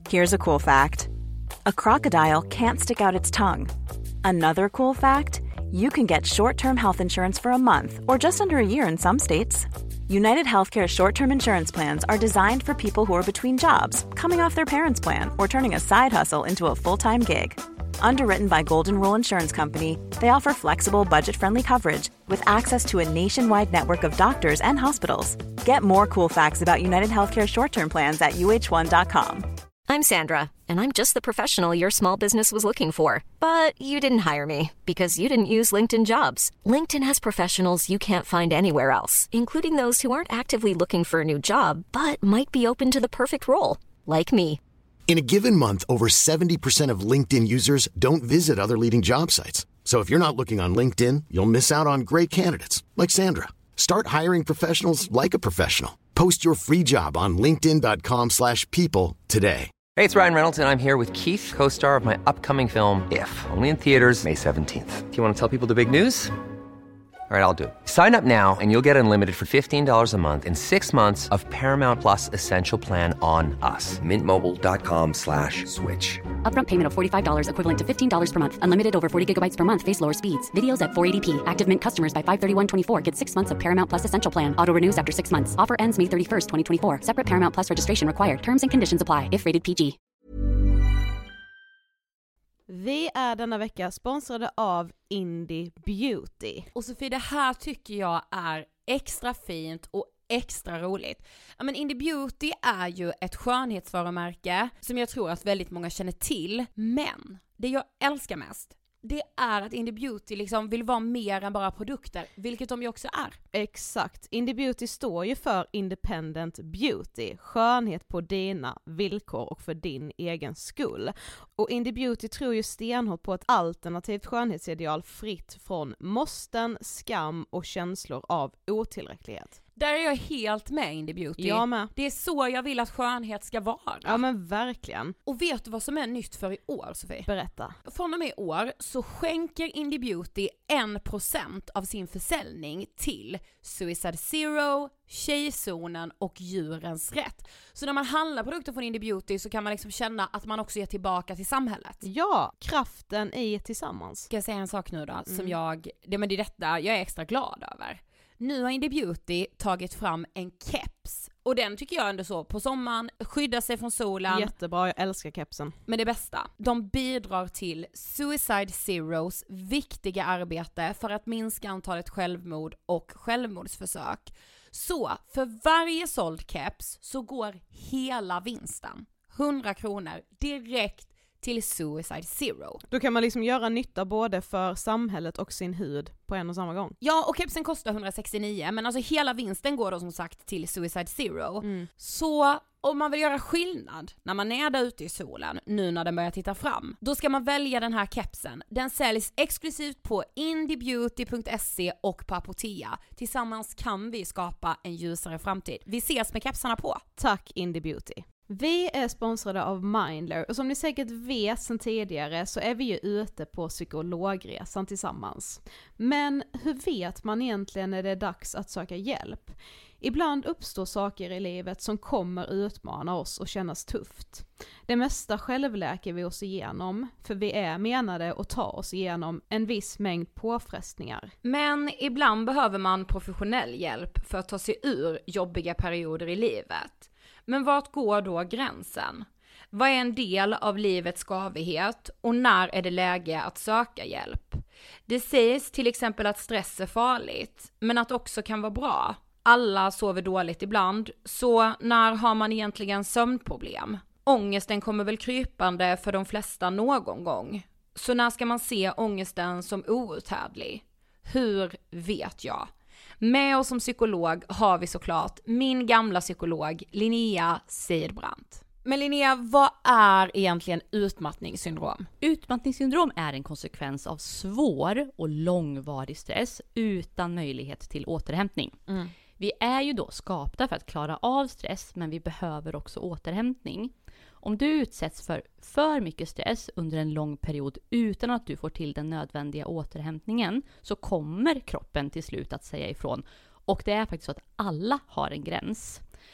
Here's a cool fact. A crocodile can't stick out its tongue. Another cool fact, you can get short-term health insurance for a month or just under a year in some states. United Healthcare short-term insurance plans are designed for people who are between jobs, coming off their parents' plan, or turning a side hustle into a full-time gig. Underwritten by Golden Rule Insurance Company, they offer flexible, budget-friendly coverage with access to a nationwide network of doctors and hospitals. Get more cool facts about United Healthcare short-term plans at uh1.com. I'm Sandra, and I'm just the professional your small business was looking for. But you didn't hire me because you didn't use LinkedIn Jobs. LinkedIn has professionals you can't find anywhere else, including those who aren't actively looking for a new job, but might be open to the perfect role, like me. In a given month, over 70% of LinkedIn users don't visit other leading job sites. So if you're not looking on LinkedIn, you'll miss out on great candidates like Sandra. Start hiring professionals like a professional. Post your free job on linkedin.com/people today. Hey, it's Ryan Reynolds, and I'm here with Keith, co-star of my upcoming film, If, only in theaters May 17th. Do you want to tell people the big news? All right, I'll do it. Sign up now and you'll get unlimited for $15 a month and 6 months of Paramount Plus Essential Plan on us. MintMobile.com/switch. Upfront payment of $45 equivalent to $15 per month. Unlimited over 40 gigabytes per month. Face lower speeds. Videos at 480p. Active Mint customers by 531.24 get 6 months of Paramount Plus Essential Plan. Auto renews after 6 months. Offer ends May 31st, 2024. Separate Paramount Plus registration required. Terms and conditions apply if rated PG. Vi är denna vecka sponsrade av Indie Beauty. Och Sofie, det här tycker jag är extra fint och extra roligt. Ja, men Indie Beauty är ju ett skönhetsvarumärke som jag tror att väldigt många känner till. Men det jag älskar mest, det är att Indie Beauty liksom vill vara mer än bara produkter, vilket de ju också är. Exakt. Indie Beauty står ju för Independent Beauty. Skönhet på dina villkor och för din egen skull. Och Indie Beauty tror ju stenhårt på ett alternativt skönhetsideal fritt från måsten, skam och känslor av otillräcklighet. Där är jag helt med Indie Beauty. Jag med. Det är så jag vill att skönhet ska vara. Ja men verkligen. Och vet du vad som är nytt för i år, Sofie? Berätta. Från och med i år så skänker Indie Beauty 1% av sin försäljning till Suicide Zero, Tjejzonen och Djurens Rätt. Så när man handlar produkter från Indie Beauty så kan man liksom känna att man också ger tillbaka till samhället. Ja, kraften i tillsammans. Ska jag säga en sak nu då som det är detta jag är extra glad över. Nu har Indie Beauty tagit fram en keps. Och den tycker jag ändå så på sommaren, skydda sig från solen. Jättebra, jag älskar kepsen. Men det bästa, de bidrar till Suicide Zeros viktiga arbete för att minska antalet självmord och självmordsförsök. Så för varje såld keps så går hela vinsten, 100 kronor, direkt till Suicide Zero. Då kan man liksom göra nytta både för samhället och sin hud på en och samma gång. Ja, och kepsen kostar 169, men alltså hela vinsten går då som sagt till Suicide Zero. Så om man vill göra skillnad när man är där ute i solen, nu när den börjar titta fram, då ska man välja den här kepsen. Den säljs exklusivt på indiebeauty.se och på Apotea. Tillsammans kan vi skapa en ljusare framtid. Vi ses med kepsarna på. Tack Indie Beauty. Vi är sponsrade av Mindler och som ni säkert vet sedan tidigare så är vi ju ute på psykologresan tillsammans. Men hur vet man egentligen när det är dags att söka hjälp? Ibland uppstår saker i livet som kommer utmana oss och kännas tufft. Det mesta självläker vi oss igenom, för vi är menade att ta oss igenom en viss mängd påfrestningar. Men ibland behöver man professionell hjälp för att ta sig ur jobbiga perioder i livet. Men vart går då gränsen? Vad är en del av livets skavighet och när är det läge att söka hjälp? Det sägs till exempel att stress är farligt, men att också kan vara bra. Alla sover dåligt ibland, så när har man egentligen sömnproblem? Ångesten kommer väl krypande för de flesta någon gång. Så när ska man se ångesten som outhärdlig? Hur vet jag? Med oss som psykolog har vi såklart min gamla psykolog Linnea Seidbrant. Men Linnea, vad är egentligen utmattningssyndrom? Utmattningssyndrom är en konsekvens av svår och långvarig stress utan möjlighet till återhämtning. Vi är ju då skapta för att klara av stress, men vi behöver också återhämtning. Om du utsätts för mycket stress under en lång period utan att du får till den nödvändiga återhämtningen, så kommer kroppen till slut att säga ifrån. Och det är faktiskt så att alla har en gräns.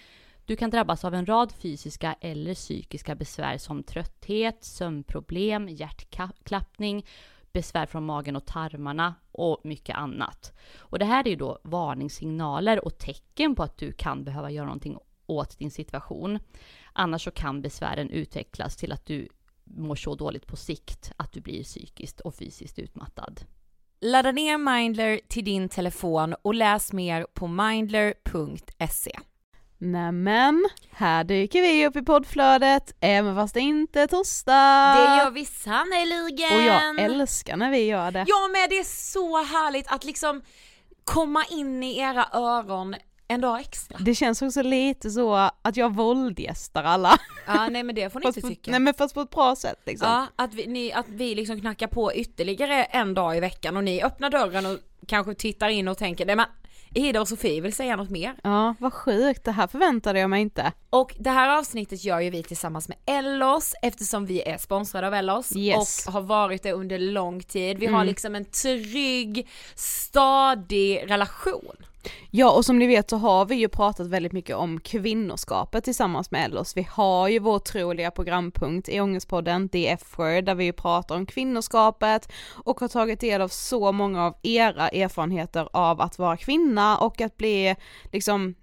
Du kan drabbas av en rad fysiska eller psykiska besvär som trötthet, sömnproblem, hjärtklappning, besvär från magen och tarmarna och mycket annat. Och det här är ju då varningssignaler och tecken på att du kan behöva göra någonting åt din situation. Annars så kan besvären utvecklas till att du mår så dåligt på sikt att du blir psykiskt och fysiskt utmattad. Ladda ner Mindler till din telefon och läs mer på mindler.se. Nämen, här dyker vi upp i poddflödet, även fast det inte är torsdag. Det gör vi sannoliken. Och jag älskar när vi gör det. Ja, men det är så härligt att liksom komma in i era öron en dag extra. Det känns också lite så att jag våldgästar alla. Ja, nej men det får ni inte tycka. Nej, men fast på ett bra sätt liksom. Ja, att vi liksom knackar på ytterligare en dag i veckan och ni öppnar dörren och kanske tittar in och tänker, nej men Ida och Sofie vill säga något mer. Ja, vad sjukt, det här förväntade jag mig inte. Och det här avsnittet gör ju vi tillsammans med Ellos eftersom vi är sponsrade av Ellos. Yes. Och har varit det under lång tid. Vi har liksom en trygg, stadig relation. Ja, och som ni vet så har vi ju pratat väldigt mycket om kvinnoskapet tillsammans med Ellos. Vi har ju vår troliga programpunkt i Ångestpodden, The F-word, där vi ju pratar om kvinnoskapet och har tagit del av så många av era erfarenheter av att vara kvinna och att bli liksom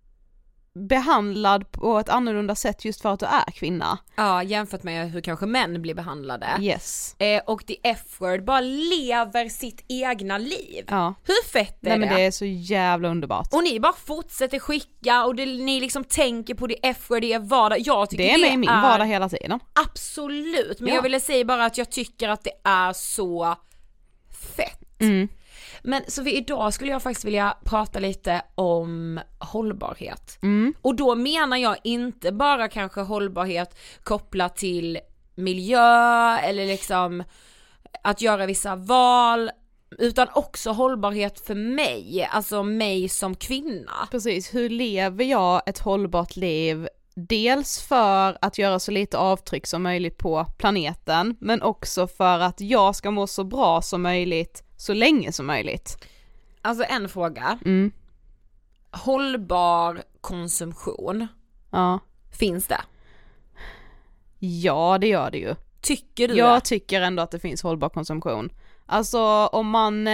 behandlad på ett annorlunda sätt just för att du är kvinna. Ja, jämfört med hur kanske män blir behandlade. Yes. Och The F-word bara lever sitt egna liv. Ja. Hur fett är det? Nej, men det är så jävla underbart. Och ni bara fortsätter skicka och ni liksom tänker på The F-word i er vardag. Jag tycker det är med i min vardag hela tiden. Absolut, men jag ville säga bara att jag tycker att det är så fett. Men så idag skulle jag faktiskt vilja prata lite om hållbarhet. Och då menar jag inte bara kanske hållbarhet kopplat till miljö eller liksom att göra vissa val, utan också hållbarhet för mig, alltså mig som kvinna. Precis, hur lever jag ett hållbart liv? Dels för att göra så lite avtryck som möjligt på planeten, men också för att jag ska må så bra som möjligt så länge som möjligt. Alltså en fråga. Hållbar konsumtion. Ja. Finns det? Ja, det gör det ju. Tycker du Jag det? tycker ändå att det finns hållbar konsumtion. Alltså om man...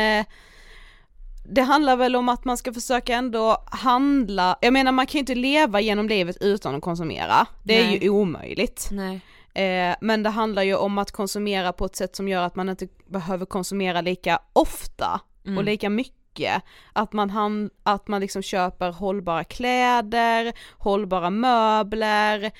det handlar väl om att man ska försöka ändå handla. Jag menar, man kan ju inte leva genom livet utan att konsumera. Det är ju omöjligt. Nej. Men det handlar ju om att konsumera på ett sätt som gör att man inte behöver konsumera lika ofta och lika mycket. Att man liksom köper hållbara kläder, hållbara möbler.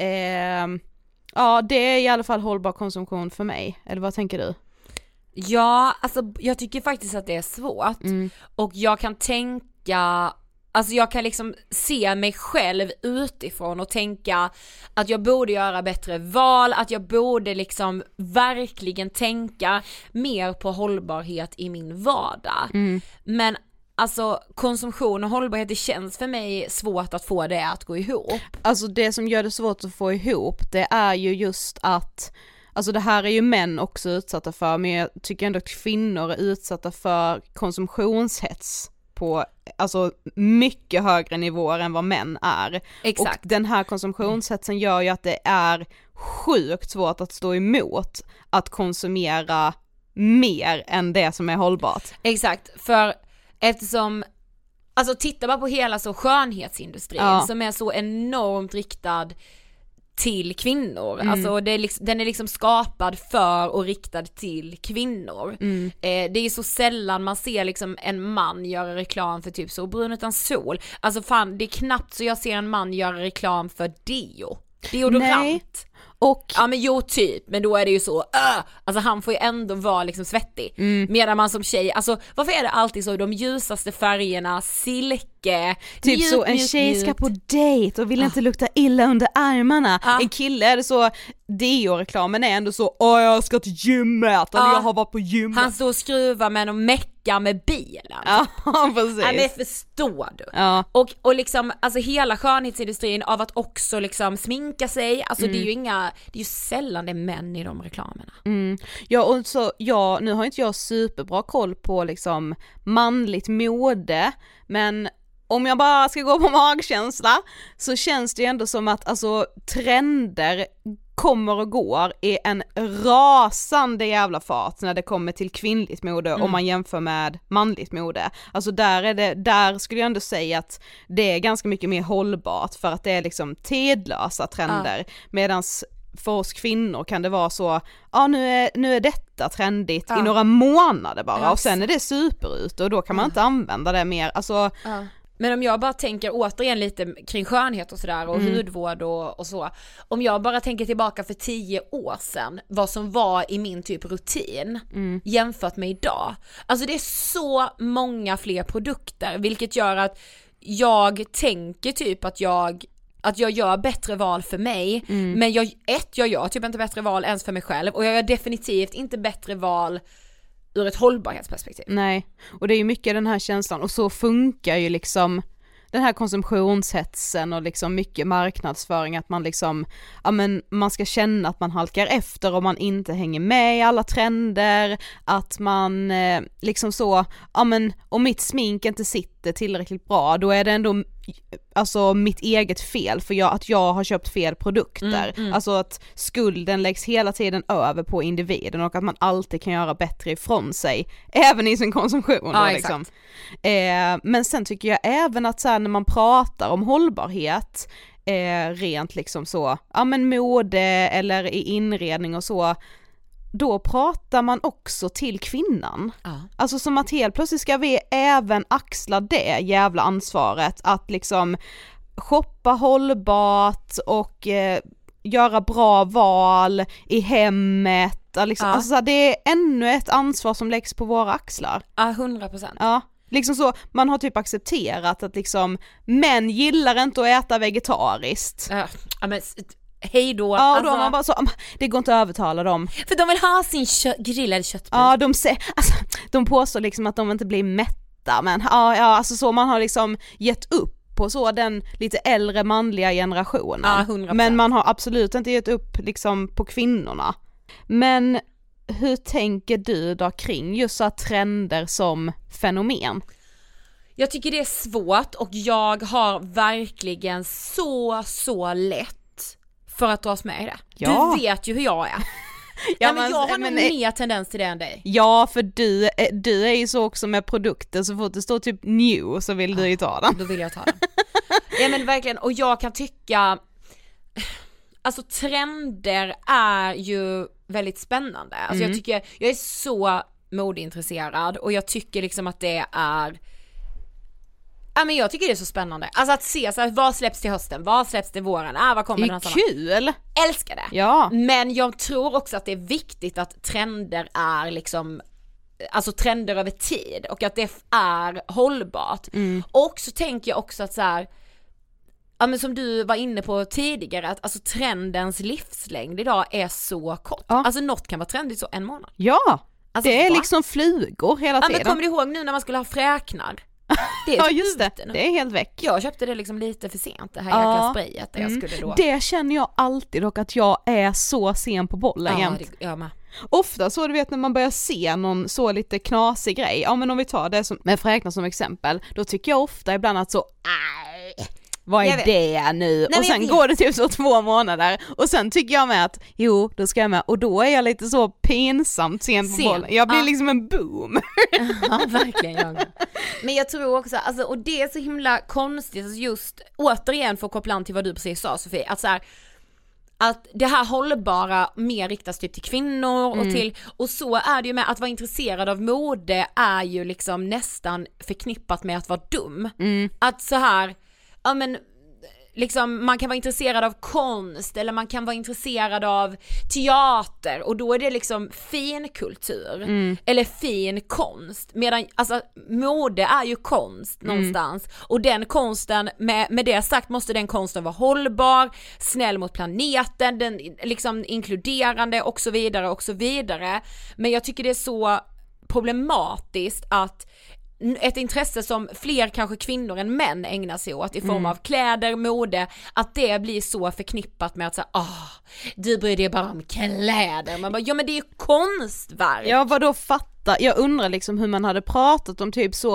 Ja, det är i alla fall hållbar konsumtion för mig. Eller vad tänker du? Ja, alltså jag tycker faktiskt att det är svårt. Och jag kan tänka, alltså jag kan liksom se mig själv utifrån och tänka att jag borde göra bättre val, att jag borde liksom verkligen tänka mer på hållbarhet i min vardag. Men alltså konsumtion och hållbarhet, det känns för mig svårt att få det att gå ihop. Alltså det som gör det svårt att få ihop, det är ju just att, alltså det här är ju män också utsatta för, men jag tycker ändå att kvinnor är utsatta för konsumtionshets på alltså mycket högre nivåer än vad män är. Exakt. Och den här konsumtionshetsen gör ju att det är sjukt svårt att stå emot att konsumera mer än det som är hållbart. Exakt, för eftersom, alltså titta bara på hela så skönhetsindustrin som är så enormt riktad till kvinnor. Alltså den är liksom skapad för och riktad till kvinnor. Det är så sällan man ser liksom en man göra reklam för typ så brun utan sol. Alltså fan, det är knappt så jag ser en man göra reklam för deodorant. Nej. Och ja men jo typ, men då är det ju så alltså han får ju ändå vara liksom svettig. Medan man som tjej, alltså varför är det alltid så de ljusaste färgerna, silke, typ mjuk, så en mjuk, tjej ska på dejt och vill inte lukta illa under armarna. En kille är det så, Deo-reklamen är ändå så, jag ska till gymmet, eller jag har varit på gymmet. Han står och skruvar med och meckar med bilen. Ja, precis. Ja, men förstår du? Ja. Och liksom, alltså hela skönhetsindustrin av att också liksom sminka sig, alltså det är ju det är ju sällan det är män i de reklamerna. Ja, och så, nu har inte jag superbra koll på liksom manligt mode, men om jag bara ska gå på magkänsla så känns det ju ändå som att alltså trender kommer och går i en rasande jävla fart när det kommer till kvinnligt mode om man jämför med manligt mode. Alltså där skulle jag ändå säga att det är ganska mycket mer hållbart för att det är liksom tidlösa trender, medans för oss kvinnor kan det vara så, nu är detta trendigt i några månader bara och sen är det superut och då kan man inte använda det mer. Alltså Men om jag bara tänker återigen lite kring skönhet och sådär och hudvård och så. Om jag bara tänker tillbaka för 10 år sedan, vad som var i min typ rutin jämfört med idag. Alltså det är så många fler produkter, vilket gör att jag tänker typ att jag gör bättre val för mig, men jag gör typ inte bättre val ens för mig själv och jag gör definitivt inte bättre val ur ett hållbarhetsperspektiv. Nej, och det är ju mycket den här känslan och så funkar ju liksom den här konsumtionshetsen och liksom mycket marknadsföring att man liksom, man ska känna att man halkar efter om man inte hänger med i alla trender, att man liksom så, om mitt smink inte sitter tillräckligt bra då är det ändå alltså mitt eget fel för att jag har köpt fel produkter. Alltså att skulden läggs hela tiden över på individen och att man alltid kan göra bättre ifrån sig även i sin konsumtion. Ja, liksom. Men sen tycker jag även att så här, när man pratar om hållbarhet rent liksom så, mode eller i inredning och så, då pratar man också till kvinnan. Alltså som att helt plötsligt ska vi även axla det jävla ansvaret att liksom shoppa hållbart och göra bra val i hemmet. Liksom. Alltså så här, det är ännu ett ansvar som läggs på våra axlar. 100%. Ja. Liksom så, man har typ accepterat att liksom män gillar inte att äta vegetariskt. Men hej då. Ja, då man bara så, det går inte att övertala dem. För de vill ha sin grillade köttbit. Ja, de påstår liksom att de inte blir mätta, men alltså så man har liksom gett upp på så den lite äldre manliga generationen. 100%. Men man har absolut inte gett upp liksom på kvinnorna. Men hur tänker du då kring just så trender som fenomen? Jag tycker det är svårt och jag har verkligen så lätt för att dras med i det. Ja. Du vet ju hur jag är. Men jag har nog mer tendens till det än dig. Ja, för du är ju så också med produkter, så fort det står typ new så vill du ju ta den. Då vill jag ta den. Ja men verkligen, och jag kan tycka alltså trender är ju väldigt spännande. Alltså jag är så modeintresserad och jag tycker liksom att det är men jag tycker det är så spännande. Alltså att se så här, vad släpps till hösten, vad släpps till våren, vad kommer den här kul. Älskar det. Ja. Men jag tror också att det är viktigt att trender är liksom, alltså trender över tid och att det är hållbart. Och så tänker jag också att så här, men som du var inne på tidigare, att alltså trendens livslängd idag är så kort. Alltså något kan vara trendigt så 1 månad. Ja, alltså, det är liksom flugor hela tiden. Men kommer du ihåg nu när man skulle ha fräknar? Det är ja just det, det är helt väck. Jag köpte det liksom lite för sent, det här jäkla sprayet där jag skulle då. Det känner jag alltid dock att jag är så sen på bollen jämt. Jag med. Ofta så du vet när man börjar se någon så lite knasig grej, men om vi tar det som, med fräknar som exempel, då tycker jag ofta ibland att så vad är det nu? Nej, och sen går det typ så 2 månader och sen tycker jag med att då ska jag med, och då är jag lite så pinsamt sen på bollen. Jag blir liksom en boom. Ja, verkligen jag. Men jag tror också, alltså, och det är så himla konstigt, alltså just återigen för att koppla an till vad du precis sa Sofie, att så här, att det här hållbara mer riktas typ till kvinnor och till, och så är det ju med att vara intresserad av mode är ju liksom nästan förknippat med att vara dum. Att så här, men liksom man kan vara intresserad av konst eller man kan vara intresserad av teater och då är det liksom fin kultur eller fin konst, medan alltså mode är ju konst någonstans och den konsten, med det sagt måste den konsten vara hållbar, snäll mot planeten, den liksom inkluderande och så vidare och så vidare. Men jag tycker det är så problematiskt att ett intresse som fler kanske kvinnor än män ägnar sig åt i form av kläder, mode, att det blir så förknippat med att säga, du bryr dig bara om kläder. Man bara, ja men det är ju konstverk. Ja, vadå fatta? Jag undrar liksom hur man hade pratat om typ så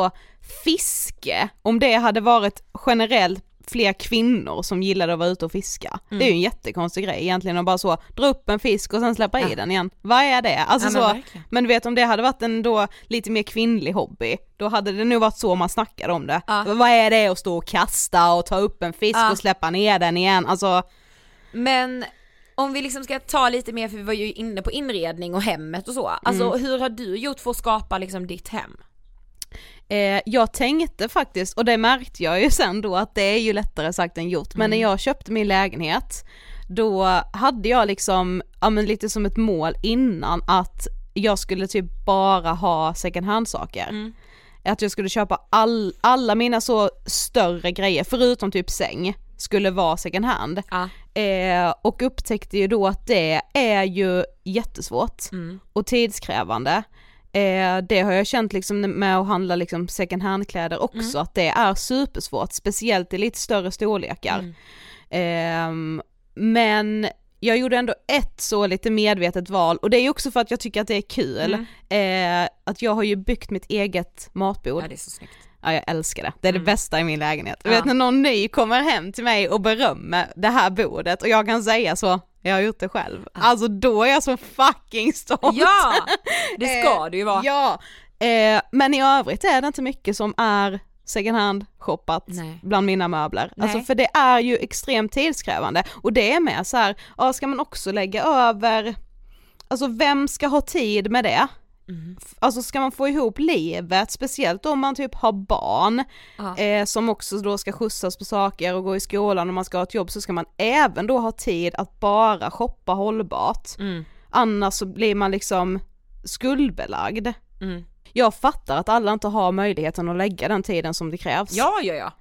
fiske, om det hade varit generellt fler kvinnor som gillade att vara ute och fiska. Det är ju en jättekonstig grej egentligen att bara så dra upp en fisk och sen släppa i den igen. Vad är det? Alltså men du vet, om det hade varit en då lite mer kvinnlig hobby, då hade det nog varit så man snackade om det. Vad är det att stå och kasta och ta upp en fisk och släppa ner den igen? Alltså... Men om vi liksom ska ta lite mer, för vi var ju inne på inredning och hemmet och så. Alltså hur har du gjort för att skapa liksom ditt hem? Jag tänkte faktiskt, och det märkte jag ju sen då, att det är ju lättare sagt än gjort, men när jag köpte min lägenhet då hade jag liksom lite som ett mål innan att jag skulle typ bara ha second hand saker. Att jag skulle köpa alla mina så större grejer förutom typ säng skulle vara second hand. Och upptäckte ju då att det är ju jättesvårt och tidskrävande. Det har jag känt liksom med att handla liksom second hand kläder också, att det är supersvårt, speciellt i lite större storlekar. Men jag gjorde ändå ett så lite medvetet val, och det är ju också för att jag tycker att det är kul. Att jag har ju byggt mitt eget matbord. Ja, det är så snyggt. Ja, jag älskar det. Det är det bästa i min lägenhet. Du vet när någon ny kommer hem till mig och berömmer det här bordet och jag kan säga så, jag har gjort det själv. Alltså då är jag så fucking stolt. Ja, det ska du ju vara. Ja, men i övrigt är det inte mycket som är second hand shoppat bland mina möbler. Alltså för det är ju extremt tidskrävande. Och det är med så här, ska man också lägga över, alltså vem ska ha tid med det? Alltså ska man få ihop livet, speciellt om man typ har barn som också då ska skjutsas på saker och gå i skolan och man ska ha ett jobb, så ska man även då ha tid att bara shoppa hållbart. Annars så blir man liksom skuldbelagd. Jag fattar att alla inte har möjligheten att lägga den tiden som det krävs. Ja.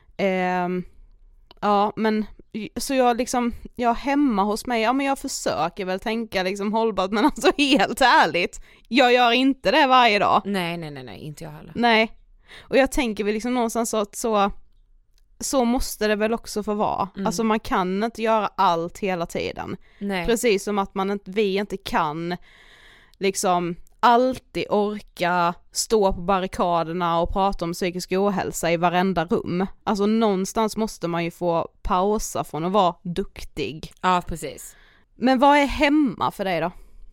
Ja, men så jag hemma hos mig, men jag försöker väl tänka liksom hållbart, men alltså helt ärligt, jag gör inte det varje dag. Nej, inte jag heller. Nej, och jag tänker väl liksom någonstans att så måste det väl också få vara. Alltså man kan inte göra allt hela tiden. Precis som att vi inte kan liksom alltid orka stå på barrikaderna och prata om psykisk ohälsa i varenda rum. Alltså någonstans måste man ju få pausa från att vara duktig. Ja, precis. Men vad är hemma för dig då?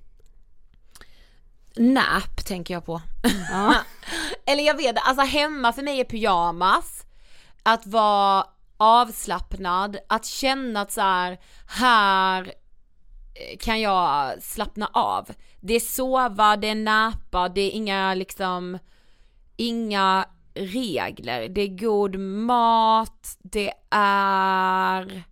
Nap tänker jag på. Eller jag vet, alltså hemma för mig är pyjamas. Att vara avslappnad, att känna att så här kan jag slappna av. Det är sova, det är napa, det är inga regler. Det är god mat, det är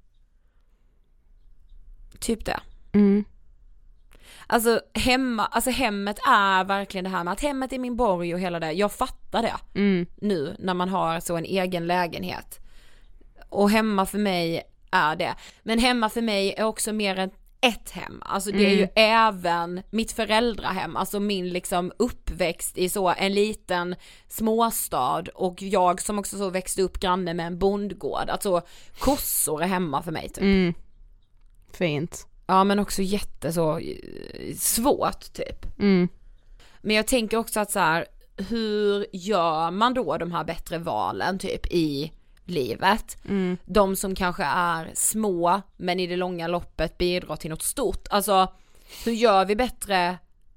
typ det. Alltså hemmet är verkligen det här med att hemmet är min borg och hela det. Jag fattar det nu när man har så en egen lägenhet. Och hemma för mig är det. Men hemma för mig är också mer än ett hem. Alltså det är ju även mitt föräldrahem. Alltså min liksom uppväxt i så en liten småstad, och jag som också så växte upp granne med en bondgård. Alltså kossor är hemma för mig typ. Fint. Ja, men också så svårt typ. Men jag tänker också att så här, hur gör man då de här bättre valen typ i livet? De som kanske är små men i det långa loppet bidrar till något stort. Alltså hur gör vi bättre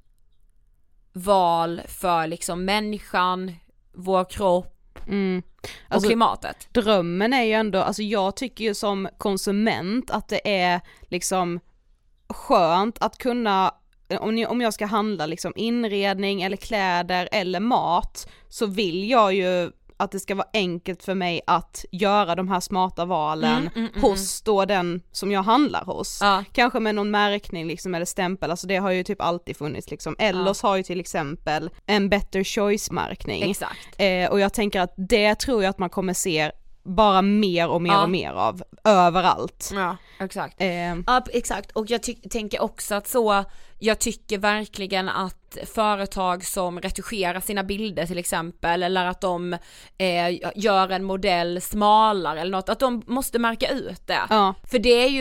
val för liksom människan, vår kropp och klimatet? Drömmen är ju ändå, alltså jag tycker ju som konsument att det är liksom skönt att kunna, om jag ska handla liksom inredning eller kläder eller mat, så vill jag ju att det ska vara enkelt för mig att göra de här smarta valen hos då den som jag handlar hos. Kanske med någon märkning liksom, eller stämpel, alltså det har ju typ alltid funnits liksom. Ellos har ju till exempel en better choice-märkning. Exakt. Och jag tänker att det tror jag att man kommer se bara mer och mer och mer av överallt. Ja, exakt. Exakt, och jag tänker också att jag tycker verkligen att företag som retuscherar sina bilder till exempel, eller att de gör en modell smalare eller något, att de måste märka ut det. För det är ju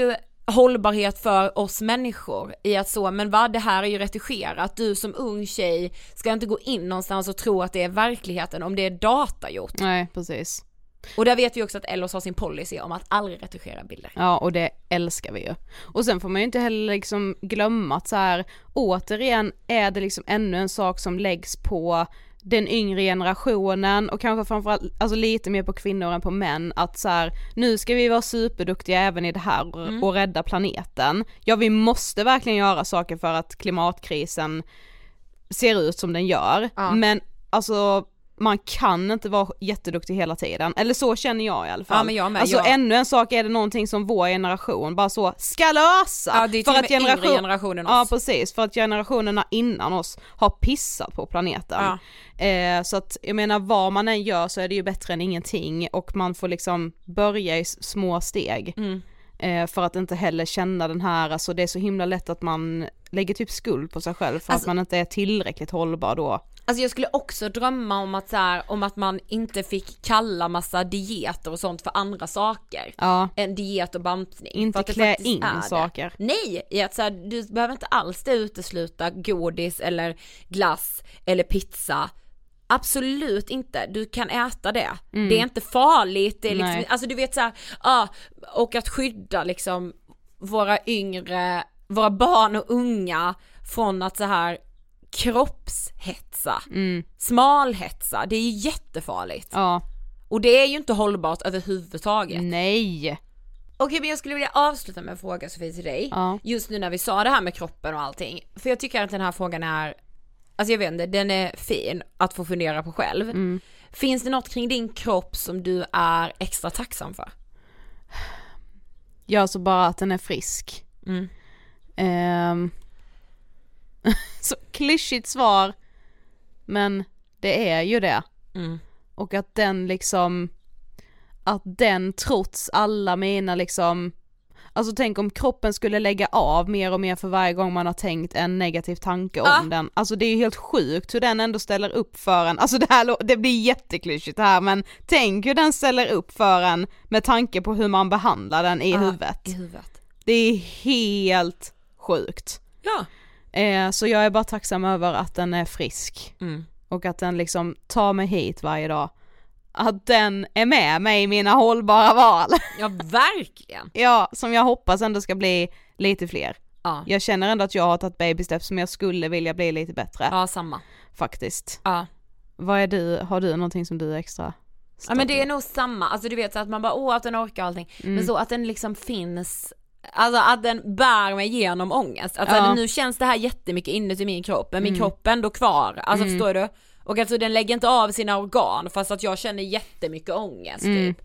hållbarhet för oss människor i att så, men vad, det här är ju retuscherat, du som ung tjej ska inte gå in någonstans och tro att det är verkligheten om det är datagjort. Nej, precis. Och där vet vi också att Ellos har sin policy om att aldrig retuschera bilder. Ja, och det älskar vi ju. Och sen får man ju inte heller liksom glömma att så här, återigen är det liksom ännu en sak som läggs på den yngre generationen och kanske framförallt alltså lite mer på kvinnor än på män, att så här, nu ska vi vara superduktiga även i det här och rädda planeten. Ja, vi måste verkligen göra saker för att klimatkrisen ser ut som den gör, men alltså man kan inte vara jätteduktig hela tiden. Eller så känner jag i alla fall. Ja, men jag med, alltså ännu en sak är det någonting som vår generation bara så ska lösa. Ja, det är för att generationen oss. Ja, precis. För att generationerna innan oss har pissat på planeten. Ja. Så att jag menar, vad man än gör så är det ju bättre än ingenting. Och man får liksom börja i små steg. För att inte heller känna den här, alltså det är så himla lätt att man lägger typ skuld på sig själv för att man inte är tillräckligt hållbar då. Alltså jag skulle också drömma om att så här, om att man inte fick kalla massa dieter och sånt för andra saker. Ja. En diet och bantning. Inte för att klä in saker. Nej, i att så här, du behöver inte alls utesluta godis eller glass eller pizza. Absolut inte. Du kan äta det. Det är inte farligt. Det är liksom, alltså du vet så här, och att skydda liksom våra barn och unga från att så här kroppshetsa, smalhetsa, det är ju jättefarligt. Ja. Och det är ju inte hållbart överhuvudtaget. Nej. Okej, men jag skulle vilja avsluta med en fråga, Sofie, till dig. Ja. Just nu när vi sa det här med kroppen och allting. För jag tycker att den här frågan är, alltså jag vet inte, den är fin att få fundera på själv. Finns det något kring din kropp som du är extra tacksam för? Ja, så bara att den är frisk. Så klyschigt svar, men det är ju det. Och att den liksom, att den trots alla mina liksom, alltså tänk om kroppen skulle lägga av mer och mer för varje gång man har tänkt en negativ tanke om den. Alltså det är ju helt sjukt hur den ändå ställer upp för en. Alltså det blir jätteklyschigt här, men tänk hur den ställer upp för en med tanke på hur man behandlar den i huvudet. Det är helt sjukt. Ja. Så jag är bara tacksam över att den är frisk. Och att den liksom tar mig hit varje dag. Att den är med mig i mina hållbara val. Ja, verkligen. Ja, som jag hoppas ändå ska bli lite fler. Ja. Jag känner ändå att jag har tagit baby steps som jag skulle vilja bli lite bättre. Ja, samma. Faktiskt. Ja. Vad är du? Har du någonting som du är extra? Ja, men det är nog samma. Alltså du vet så att man bara, att den orkar allting. Men så att den liksom finns, alltså att den bär mig igenom ångest. Alltså nu känns det här jättemycket inuti min kropp, men min kropp är ändå kvar. Alltså förstår du? Och alltså den lägger inte av sina organ fast att jag känner jättemycket ångest typ.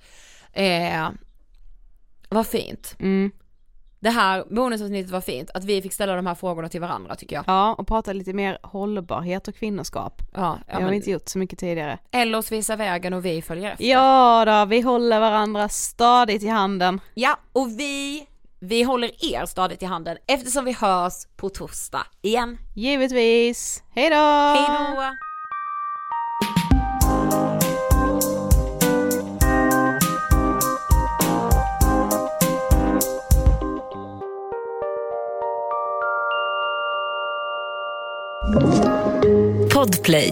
Vad fint. Det här bonusavsnittet var fint. Att vi fick ställa de här frågorna till varandra, tycker jag. Ja, och prata lite mer hållbarhet och kvinnoskap. Ja, det har vi inte gjort så mycket tidigare. Ellos visar vägen och vi följer efter. Ja då, vi håller varandra stadigt i handen. Ja, och vi håller er stadigt i handen eftersom vi hörs på torsdag igen. Givetvis. Hej då! Hej då! Podplay.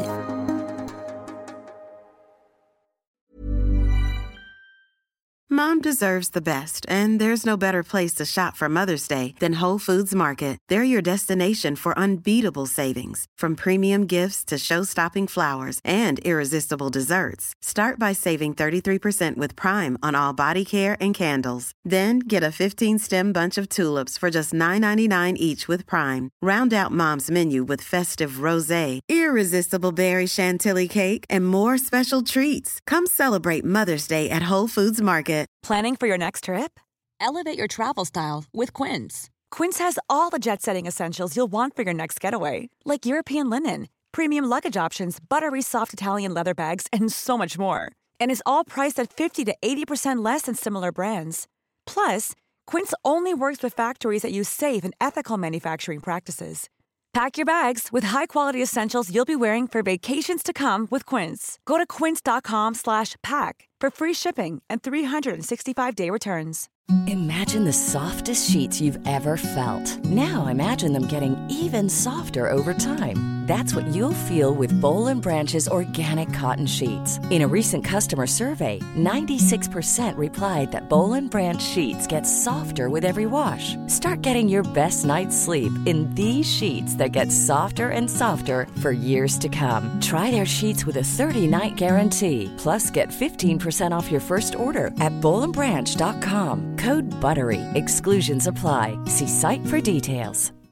Mom deserves the best, and there's no better place to shop for Mother's Day than Whole Foods Market. They're your destination for unbeatable savings, from premium gifts to show-stopping flowers and irresistible desserts. Start by saving 33% with Prime on all body care and candles. Then get a 15-stem bunch of tulips for just $9.99 each with Prime. Round out Mom's menu with festive rosé, irresistible berry chantilly cake, and more special treats. Come celebrate Mother's Day at Whole Foods Market. Planning for your next trip? Elevate your travel style with Quince. Quince has all the jet-setting essentials you'll want for your next getaway, like European linen, premium luggage options, buttery soft Italian leather bags, and so much more. And is all priced at 50 to 80% less than similar brands. Plus, Quince only works with factories that use safe and ethical manufacturing practices. Pack your bags with high-quality essentials you'll be wearing for vacations to come with Quince. Go to quince.com/pack for free shipping and 365-day returns. Imagine the softest sheets you've ever felt. Now imagine them getting even softer over time. That's what you'll feel with Boll & Branch's organic cotton sheets. In a recent customer survey, 96% replied that Boll & Branch sheets get softer with every wash. Start getting your best night's sleep in these sheets that get softer and softer for years to come. Try their sheets with a 30-night guarantee. Plus, get 15% off your first order at bollandbranch.com. Code BUTTERY. Exclusions apply. See site for details.